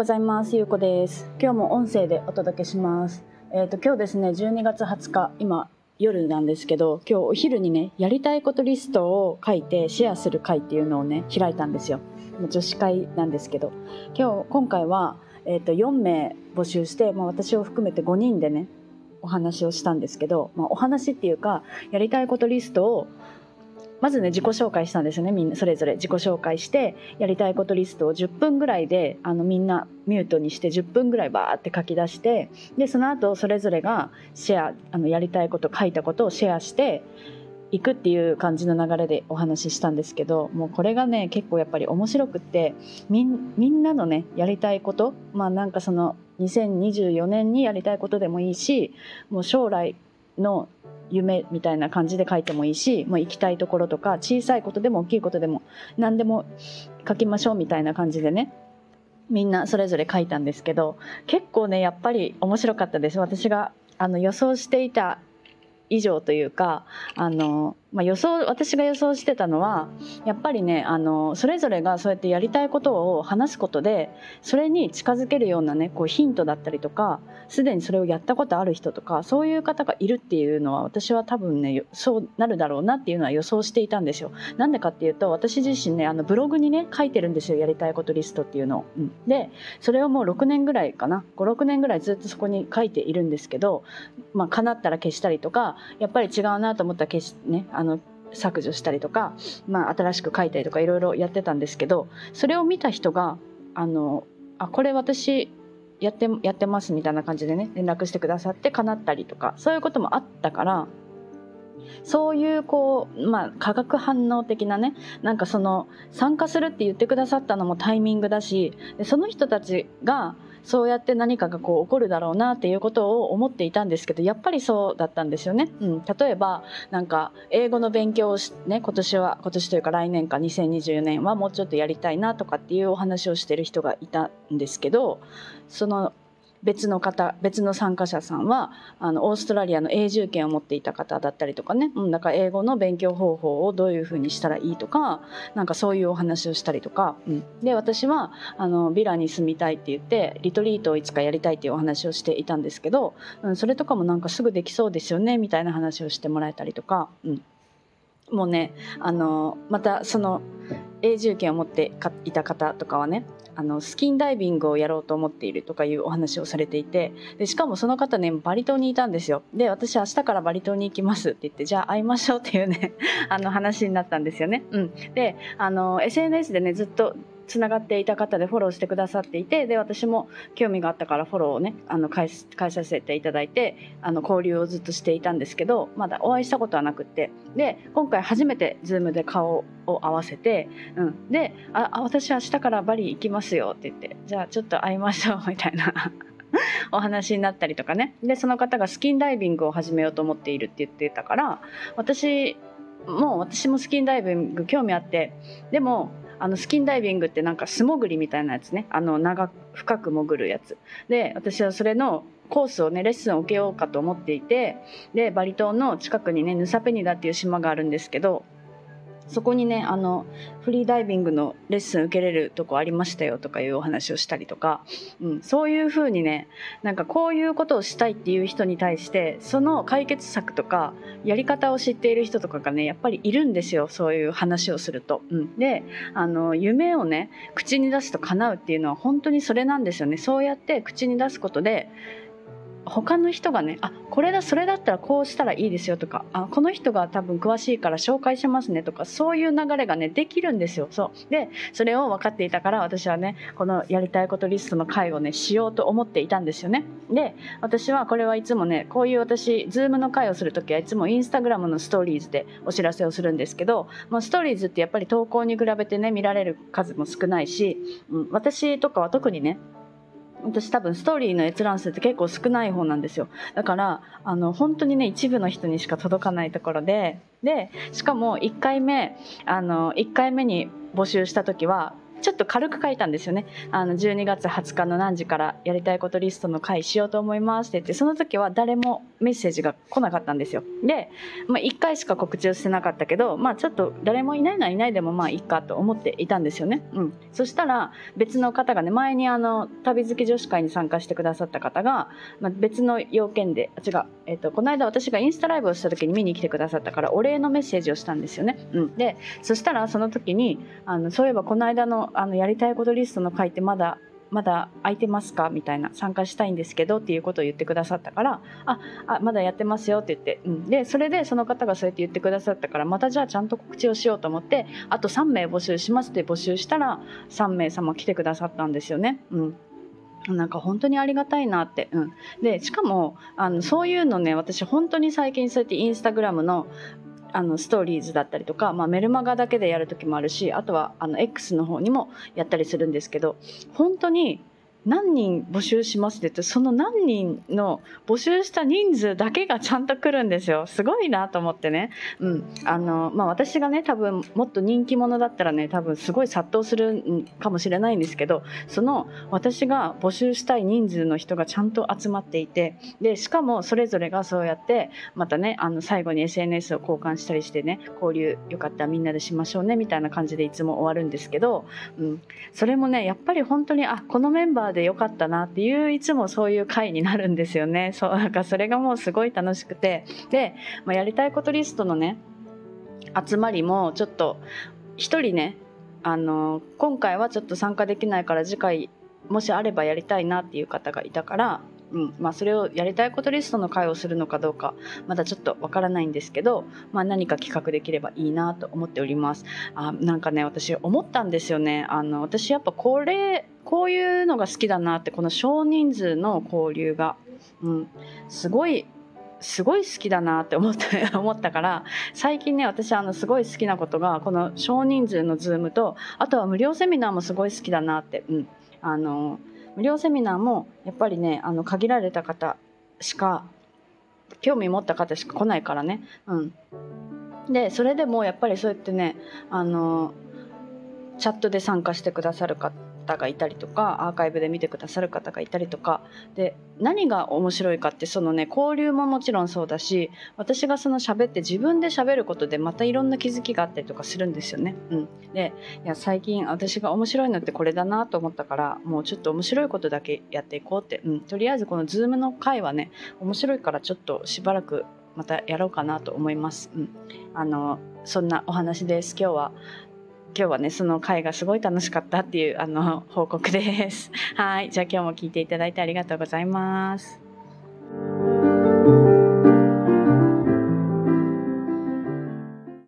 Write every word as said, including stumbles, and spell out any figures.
ございます。ゆうこです。今日も音声でお届けします。えっと今日ですね、じゅうにがつはつか、今夜なんですけど、今日お昼にね、やりたいことリストを書いてシェアする会っていうのをね、開いたんですよ。女子会なんですけど、今日今回は、えっとよんめい募集して、まあ、私を含めてごにんでね、お話をしたんですけど、まあ、お話っていうか、やりたいことリストをまずね自己紹介したんですよね。みんなそれぞれ自己紹介して、やりたいことリストをじゅっぷんぐらいであのみんなミュートにしてじゅっぷんぐらいバーって書き出して、でその後それぞれがシェアあのやりたいこと書いたことをシェアしていくっていう感じの流れでお話ししたんですけど、もうこれがね結構やっぱり面白くって、みんみんなのねやりたいこと、まあなんかそのにせんにじゅうよねんにやりたいことでもいいし、もう将来の夢みたいな感じで書いてもいいし、もう行きたいところとか小さいことでも大きいことでも何でも書きましょうみたいな感じでね、みんなそれぞれ書いたんですけど、結構ねやっぱり面白かったです。私があの予想していた以上というか、あの、まあ、予想私が予想してたのはやっぱりね、あのそれぞれがそうやってやりたいことを話すことで、それに近づけるようなねこうヒントだったりとか、すでにそれをやったことある人とか、そういう方がいるっていうのは私は多分ねそうなるだろうなっていうのは予想していたんですよ。なんでかっていうと、私自身ねあのブログにね書いてるんですよ、やりたいことリストっていうのを、うん、でそれをもうろくねんぐらいかな、ごろくねんぐらいずっとそこに書いているんですけど、まあ叶ったら消したりとか、やっぱり違うなと思ったら消し、ね、あの削除したりとか、まあ、新しく書いたりとかいろいろやってたんですけど、それを見た人があのあこれ私やってやってますみたいな感じでね連絡してくださって叶ったりとか、そういうこともあったから、そういうこう、まあ、化学反応的なね、なんかその参加するって言ってくださったのもタイミングだし、でその人たちがそうやって何かがこう起こるだろうなっていうことを思っていたんですけど、やっぱりそうだったんですよね、うん、例えばなんか英語の勉強をし、ね、今年は今年というか来年かにせんにじゅうよねんはもうちょっとやりたいなとかっていうお話をしてる人がいたんですけど、その別の方別の参加者さんはあのオーストラリアの永住権を持っていた方だったりとかね、うん、だから英語の勉強方法をどういうふうにしたらいいとか、なんかそういうお話をしたりとか、うん、で私はあのビラに住みたいって言ってリトリートをいつかやりたいっていうお話をしていたんですけど、うん、それとかもなんかすぐできそうですよねみたいな話をしてもらえたりとか、うん、もうねあのまたその永住権を持っていた方とかはね、あのスキンダイビングをやろうと思っているとかいうお話をされていて、でしかもその方ねバリ島にいたんですよ。で私明日からバリ島に行きますって言って、じゃあ会いましょうっていうねあの話になったんですよね、うん、であの エスエヌエス でねずっとつながっていた方でフォローしてくださっていて、で私も興味があったからフォローをねあの返す返させていただいて、あの交流をずっとしていたんですけど、まだお会いしたことはなくって、で今回初めて Zoom で顔を合わせて、うん、であ私明日からバリ行きますよって言って、じゃあちょっと会いましょうみたいなお話になったりとかね。でその方がスキンダイビングを始めようと思っているって言ってたから、私も私もスキンダイビング興味あって、でもあのスキンダイビングってなんか素潜りみたいなやつね、あの長く深く潜るやつで、私はそれのコースをねレッスンを受けようかと思っていて、でバリ島の近くにねヌサペニダっていう島があるんですけど、そこにねあのフリーダイビングのレッスン受けれるとこありましたよとかいうお話をしたりとか、うん、そういう風にね、なんかこういうことをしたいっていう人に対してその解決策とかやり方を知っている人とかがねやっぱりいるんですよ、そういう話をすると、うん、であの夢をね口に出すと叶うっていうのは本当にそれなんですよね。そうやって口に出すことで他の人がね、あこれだそれだったらこうしたらいいですよとか、あこの人が多分詳しいから紹介しますねとか、そういう流れがねできるんですよ。そうでそれを分かっていたから私はねこのやりたいことリストの会をねしようと思っていたんですよね。で私はこれはいつもねこういう私ズームの会をするときはいつもインスタグラムのストーリーズでお知らせをするんですけど、まあ、ストーリーズってやっぱり投稿に比べてね見られる数も少ないし、うん、私とかは特にね私多分ストーリーの閲覧数って結構少ない方なんですよ。だからあの本当にね一部の人にしか届かないところで、でしかもいっかいめあのいっかいめに募集した時はちょっと軽く書いたんですよね。あのじゅうにがつはつかの何時からやりたいことリストの会しようと思いますって言って、その時は誰もメッセージが来なかったんですよ。で、まあ、いっかいしか告知をしてなかったけど、まあ、ちょっと誰もいないのはいないでもまあいいかと思っていたんですよね。うん、そしたら別の方がね、前にあの旅好き女子会に参加してくださった方が、まあ、別の要件で、違う、えーと、この間私がインスタライブをした時に見に来てくださったからお礼のメッセージをしたんですよね。うん、でそしたらその時にあのそういえばこの間の、あのやりたいことリストの会ってまだまだ空いてますかみたいな、参加したいんですけどっていうことを言ってくださったから、ああまだやってますよって言って、うん、でそれでその方がそうやって言ってくださったから、またじゃあちゃんと告知をしようと思って、あとさんめい募集しますって募集したらさんめいさま来てくださったんですよね。うん、なんか本当にありがたいなって、うん、でしかもあのそういうのね、私本当に最近そうやってインスタグラムのあのストーリーズだったりとか、まあ、メルマガだけでやる時もあるし、あとはあの X の方にもやったりするんですけど、本当に何人募集しますって言って、その何人の募集した人数だけがちゃんと来るんですよ。すごいなと思ってね、うんあのまあ、私がね多分もっと人気者だったらね多分すごい殺到するかもしれないんですけど、その私が募集したい人数の人がちゃんと集まっていて、でしかもそれぞれがそうやってまたね、あの最後に エスエヌエス を交換したりしてね、交流よかったらみんなでしましょうねみたいな感じでいつも終わるんですけど、うん、それもねやっぱり本当にあこのメンバーでよかったなっていう、いつもそういう回になるんですよね。そうなんかそれがもうすごい楽しくて、で、まあ、やりたいことリストのね集まりもちょっと一人ね、あの今回はちょっと参加できないから次回もしあればやりたいなっていう方がいたから、うんまあ、それをやりたいことリストの会をするのかどうかまだちょっとわからないんですけど、まあ、何か企画できればいいなと思っております。あなんかね、私思ったんですよね。あの私やっぱこれこういうのが好きだなって、この少人数の交流が、うん、すごいすごい好きだなって思った思ったから、最近ね私あのすごい好きなことがこの少人数のズームと、あとは無料セミナーもすごい好きだなって、うん、あの無料セミナーもやっぱりね、あの限られた方しか、興味持った方しか来ないからね、うん、でそれでもやっぱりそうやってね、あのチャットで参加してくださる方がいたりとか、アーカイブで見てくださる方がいたりとかで、何が面白いかって、そのね交流ももちろんそうだし、私がその喋って自分で喋ることでまたいろんな気づきがあったりとかするんですよね。うん、でいや最近私が面白いのってこれだなと思ったから、もうちょっと面白いことだけやっていこうって、うん、とりあえずこのズームの回はね面白いからちょっとしばらくまたやろうかなと思います。うん、あのそんなお話です。今日は今日はねその回がすごい楽しかったっていうあの報告です。はい、じゃあ今日も聞いていただいてありがとうございます。